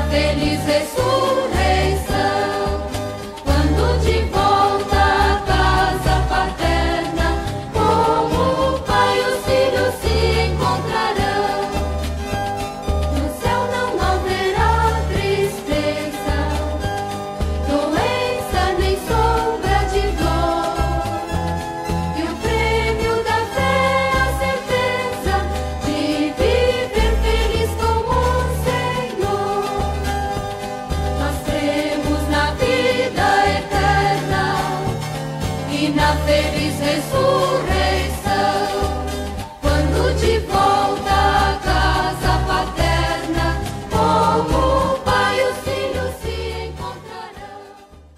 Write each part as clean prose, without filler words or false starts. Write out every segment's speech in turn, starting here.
feliz ressurreição, quando de volta à casa paterna, como o pai e os filhos se encontrarão. No céu não haverá tristeza, doença nem sombra de dor, e o prêmio da fé é a certeza de viver feliz com o Senhor. Nós cremos na vida eterna e na feliz ressurreição, quando de volta à casa paterna, como o pai e os filhos se encontrarão.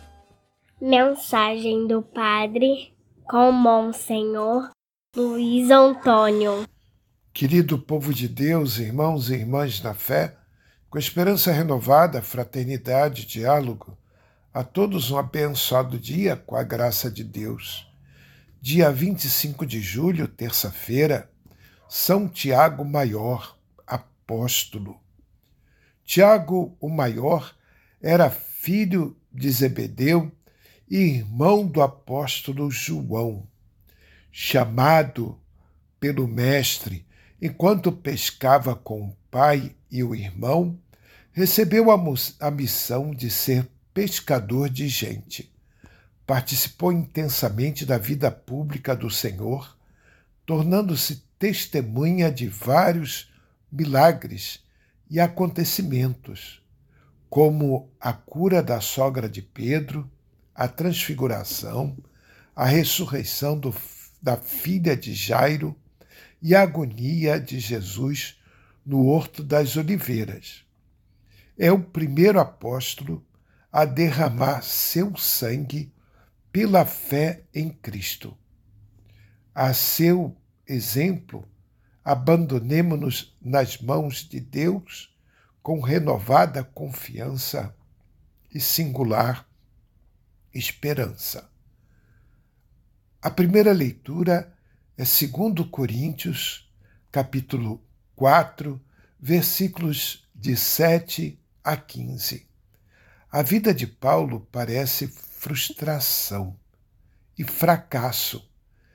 Mensagem do Padre com Monsenhor Luiz Antônio. Querido povo de Deus, irmãos e irmãs na fé, com esperança renovada, fraternidade, diálogo, a todos um abençoado dia com a graça de Deus. Dia 25 de julho, terça-feira, São Tiago Maior, apóstolo. Tiago, o Maior, era filho de Zebedeu e irmão do apóstolo João. Chamado pelo mestre, enquanto pescava com o pai e o irmão, recebeu a missão de ser pescador de gente. Participou intensamente da vida pública do Senhor, tornando-se testemunha de vários milagres e acontecimentos, como a cura da sogra de Pedro, a transfiguração, a ressurreição da filha de Jairo e a agonia de Jesus no Horto das Oliveiras. É o primeiro apóstolo a derramar seu sangue pela fé em Cristo. A seu exemplo, abandonemo-nos nas mãos de Deus com renovada confiança e singular esperança. A primeira leitura é 2 Coríntios, capítulo 4, versículos de 7 a 15. A vida de Paulo parece frustração e fracasso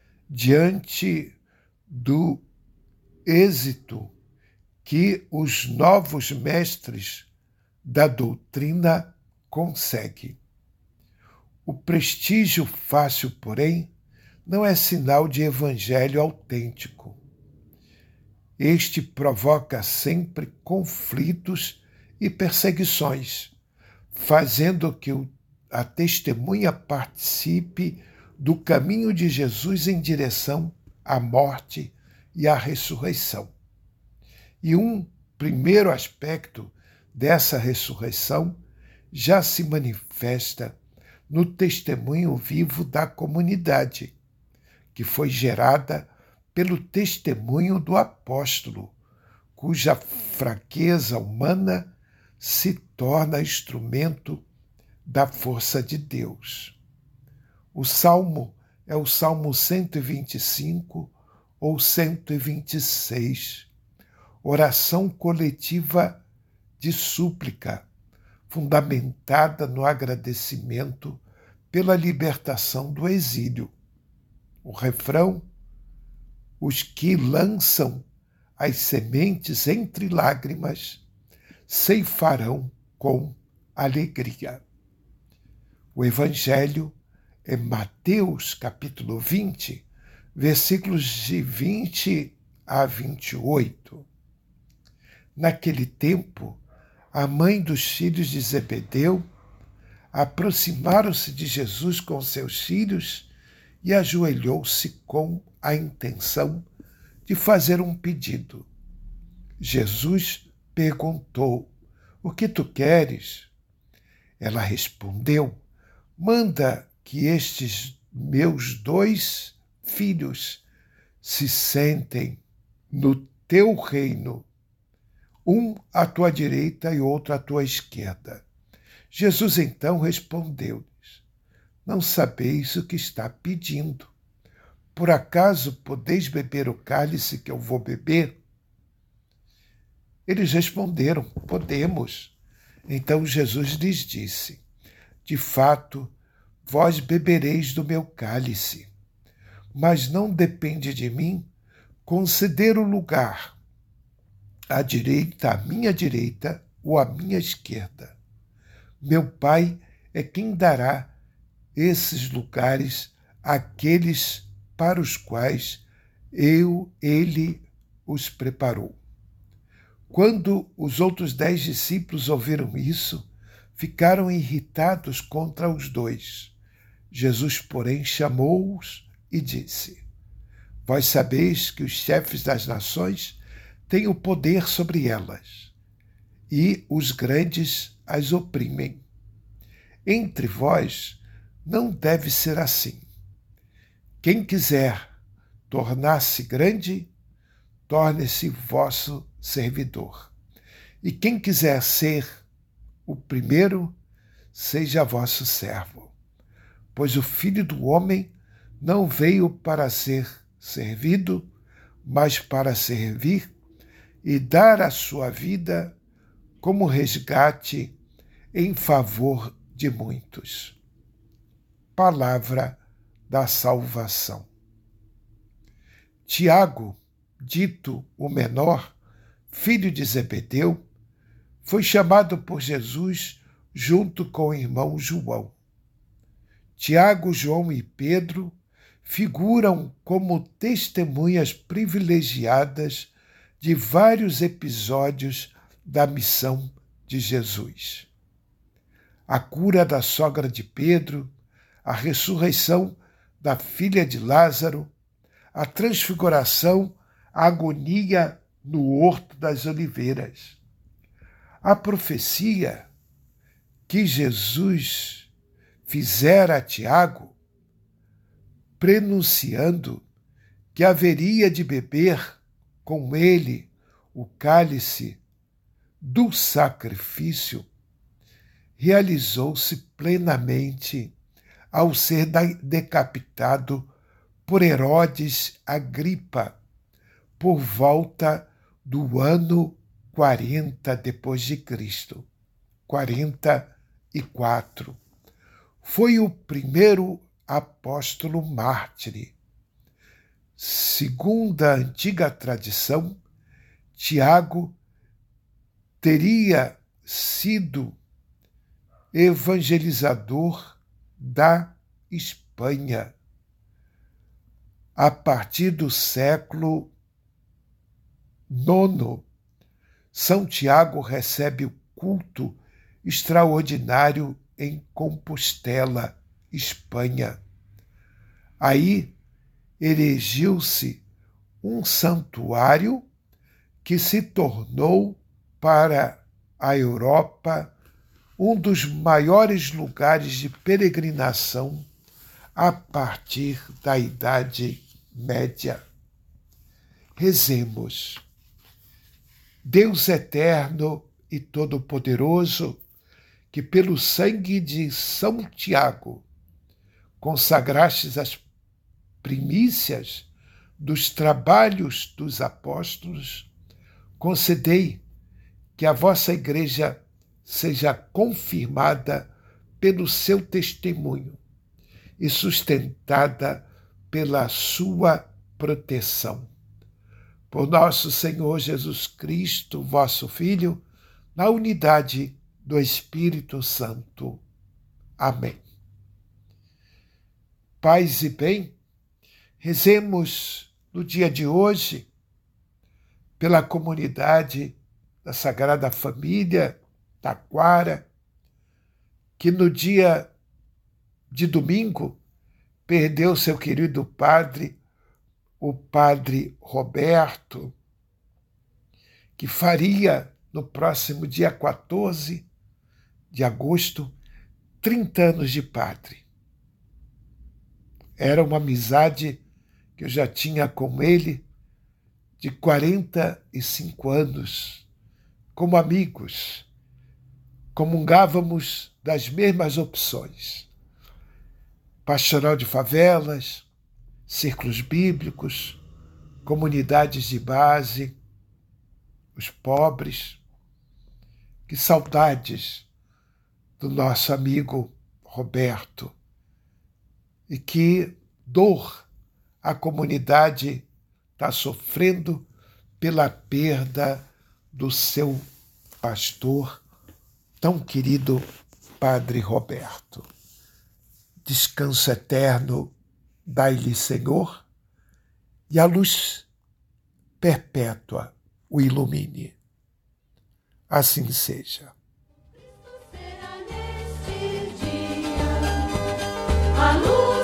diante do êxito que os novos mestres da doutrina conseguem. O prestígio fácil, porém, não é sinal de evangelho autêntico. Este provoca sempre conflitos e perseguições, fazendo que a testemunha participe do caminho de Jesus em direção à morte e à ressurreição. E um primeiro aspecto dessa ressurreição já se manifesta no testemunho vivo da comunidade, que foi gerada pelo testemunho do apóstolo, cuja fraqueza humana se torna instrumento da força de Deus. O salmo é o Salmo 125 ou 126, oração coletiva de súplica, fundamentada no agradecimento pela libertação do exílio. O refrão: os que lançam as sementes entre lágrimas ceifarão com alegria. O Evangelho é Mateus, capítulo 20, versículos de 20 a 28. Naquele tempo, a mãe dos filhos de Zebedeu aproximaram-se de Jesus com seus filhos e ajoelhou-se com a intenção de fazer um pedido. Jesus perguntou: o que tu queres? Ela respondeu: manda que estes meus 2 filhos se sentem no teu reino, um à tua direita e outro à tua esquerda. Jesus então respondeu-lhes: não sabeis o que está pedindo. Por acaso podeis beber o cálice que eu vou beber? Eles responderam: podemos. Então Jesus lhes disse: de fato, vós bebereis do meu cálice, mas não depende de mim conceder o lugar à minha direita ou à minha esquerda. Meu Pai é quem dará esses lugares àqueles para os quais ele os preparou. Quando os outros 10 discípulos ouviram isso, ficaram irritados contra os 2. Jesus, porém, chamou-os e disse: vós sabeis que os chefes das nações têm o poder sobre elas, e os grandes as oprimem. Entre vós não deve ser assim. Quem quiser tornar-se grande, torne-se vosso servidor. E quem quiser ser o primeiro, seja vosso servo. Pois o Filho do Homem não veio para ser servido, mas para servir e dar a sua vida como resgate em favor de muitos. Palavra da salvação. Tiago, dito o menor, filho de Zebedeu, foi chamado por Jesus junto com o irmão João. Tiago, João e Pedro figuram como testemunhas privilegiadas de vários episódios da missão de Jesus. A cura da sogra de Pedro, a ressurreição da filha de Lázaro, a transfiguração, a agonia no Horto das Oliveiras. A profecia que Jesus fizera a Tiago, prenunciando que haveria de beber com ele o cálice do sacrifício, realizou-se plenamente ao ser decapitado por Herodes Agripa, por volta do ano 40 depois de Cristo, 44. Foi o primeiro apóstolo mártir. Segundo a antiga tradição, Tiago teria sido evangelizador da Espanha a partir do século IX. São Tiago recebe o culto extraordinário em Compostela, Espanha. Aí erigiu-se um santuário que se tornou para a Europa um dos maiores lugares de peregrinação a partir da Idade Média. Rezemos. Deus eterno e todo-poderoso, que pelo sangue de São Tiago consagrastes as primícias dos trabalhos dos apóstolos, concedei que a vossa Igreja seja confirmada pelo seu testemunho e sustentada pela sua proteção. Por nosso Senhor Jesus Cristo, vosso Filho, na unidade do Espírito Santo. Amém. Paz e bem, rezemos no dia de hoje pela comunidade da Sagrada Família Taquara, que no dia de domingo perdeu seu querido padre, o padre Roberto, que faria no próximo dia 14 de agosto 30 anos de padre. Era uma amizade que eu já tinha com ele de 45 anos, como amigos. Comungávamos das mesmas opções: pastoral de favelas, círculos bíblicos, comunidades de base, os pobres. Que saudades do nosso amigo Roberto. E que dor a comunidade está sofrendo pela perda do seu pastor tão querido, Padre Roberto. Descanso eterno dai-lhe, Senhor, e a luz perpétua o ilumine. Assim seja. Será neste dia a luz.